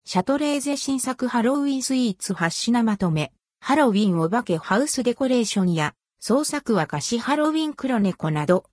シャトレーゼ新作ハロウィンスイーツ8品まとめ。ハロウィンお化けハウスデコレーションや、創作和菓子ハロウィン黒猫など。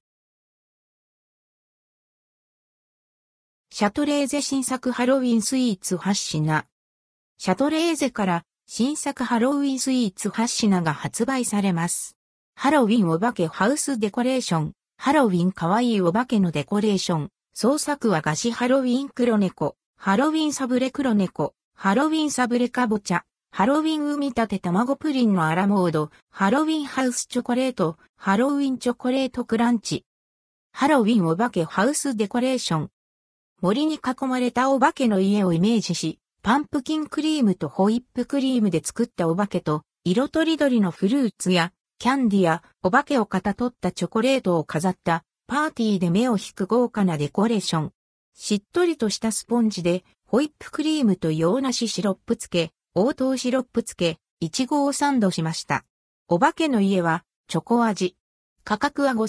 シャトレーゼ新作ハロウィンスイーツ8品。シャトレーゼから新作ハロウィンスイーツ8品が発売されます。ハロウィンお化けハウスデコレーション。ハロウィンかわいいお化けのデコレーション。創作和菓子ハロウィン黒猫。ハロウィンサブレ黒猫。ハロウィンサブレかぼちゃ。ハロウィン産み立て卵プリンのアラモード。ハロウィンハウスチョコレート。ハロウィンチョコレートクランチ。ハロウィンお化けハウスデコレーション。森に囲まれたお化けの家をイメージし、パンプキンクリームとホイップクリームで作ったお化けと、色とりどりのフルーツや、キャンディや、お化けをかたどったチョコレートを飾った、パーティーで目を引く豪華なデコレーション。しっとりとしたスポンジで、ホイップクリームと洋梨シロップ漬け、黄桃シロップ漬け、いちごをサンドしました。お化けの家は、チョコ味。価格は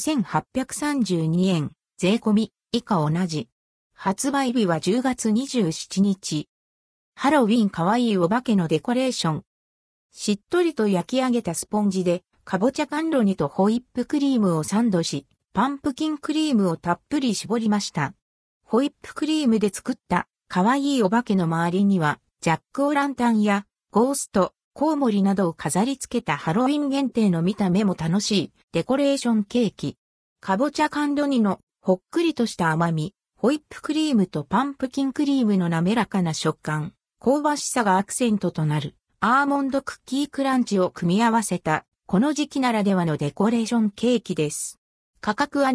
5832円、税込み、以下同じ。発売日は10月27日。ハロウィンかわいいお化けのデコレーション。しっとりと焼き上げたスポンジで、かぼちゃ甘露煮とホイップクリームをサンドし、パンプキンクリームをたっぷり絞りました。ホイップクリームで作ったかわいいお化けの周りには、ジャックオーランタンやゴースト、コウモリなどを飾り付けたハロウィン限定の見た目も楽しいデコレーションケーキ。かぼちゃ甘露煮のほっくりとした甘み、ホイップクリームとパンプキンクリームの滑らかな食感、香ばしさがアクセントとなるアーモンドクッキークランチを組み合わせたこの時期ならではのデコレーションケーキです。価格は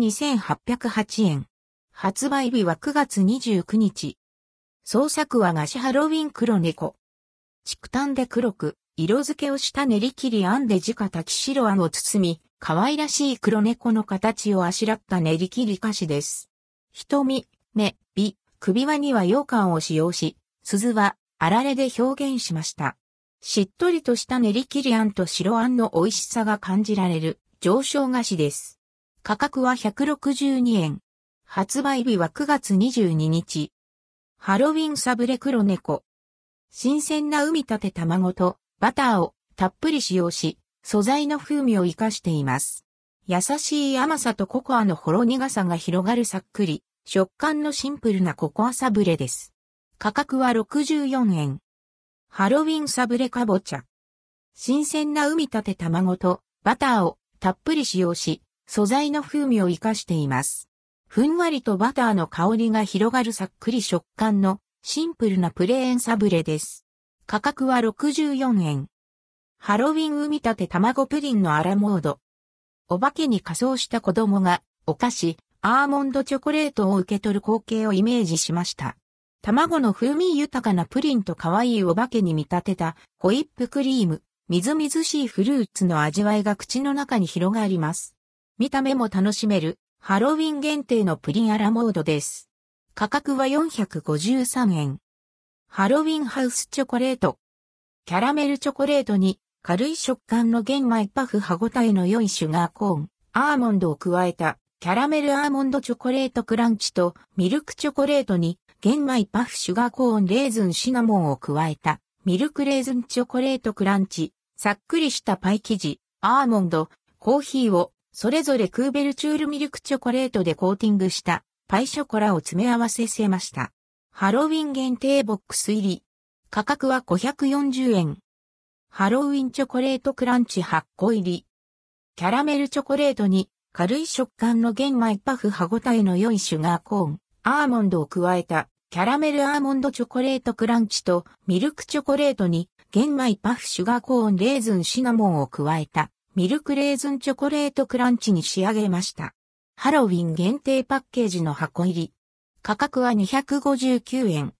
2808円。発売日は9月29日。創作和菓子ハロウィン黒猫。竹炭で黒く、色付けをした練り切りあんで直炊き白あんを包み、可愛らしい黒猫の形をあしらった練り切り菓子です。瞳、目、尾、首輪には羊羹を使用し、鈴はあられで表現しました。しっとりとした練り切りあんと白あんの美味しさが感じられる上昇菓子です。価格は162円。発売日は9月22日。ハロウィンサブレ黒猫。新鮮な産み立て卵とバターをたっぷり使用し、素材の風味を生かしています。優しい甘さとココアのほろ苦さが広がるさっくり、食感のシンプルなココアサブレです。価格は64円。ハロウィンサブレかぼちゃ。新鮮な産み立て卵とバターをたっぷり使用し、素材の風味を生かしています。ふんわりとバターの香りが広がるさっくり食感のシンプルなプレーンサブレです。価格は64円。ハロウィン産み立て卵プリンのアラモード。お化けに仮装した子供がお菓子、アーモンドチョコレートを受け取る光景をイメージしました。卵の風味豊かなプリンと可愛いお化けに見立てたホイップクリーム、みずみずしいフルーツの味わいが口の中に広がります。見た目も楽しめるハロウィン限定のプリンアラモードです。価格は453円。ハロウィンハウスチョコレート。キャラメルチョコレートに軽い食感の玄米パフ歯ごたえの良いシュガーコーン、アーモンドを加えたキャラメルアーモンドチョコレートクランチとミルクチョコレートに玄米パフシュガーコーンレーズンシナモンを加えたミルクレーズンチョコレートクランチ、さっくりしたパイ生地、アーモンド、コーヒーをそれぞれクーベルチュールミルクチョコレートでコーティングしたパイショコラを詰め合わせました。ハロウィン限定ボックス入り。価格は540円。ハロウィンチョコレートクランチ8個入り。キャラメルチョコレートに軽い食感の玄米パフ歯ごたえの良いシュガーコーン、アーモンドを加えたキャラメルアーモンドチョコレートクランチとミルクチョコレートに玄米パフシュガーコーンレーズンシナモンを加えたミルクレーズンチョコレートクランチに仕上げました。ハロウィン限定パッケージの箱入り。価格は259円。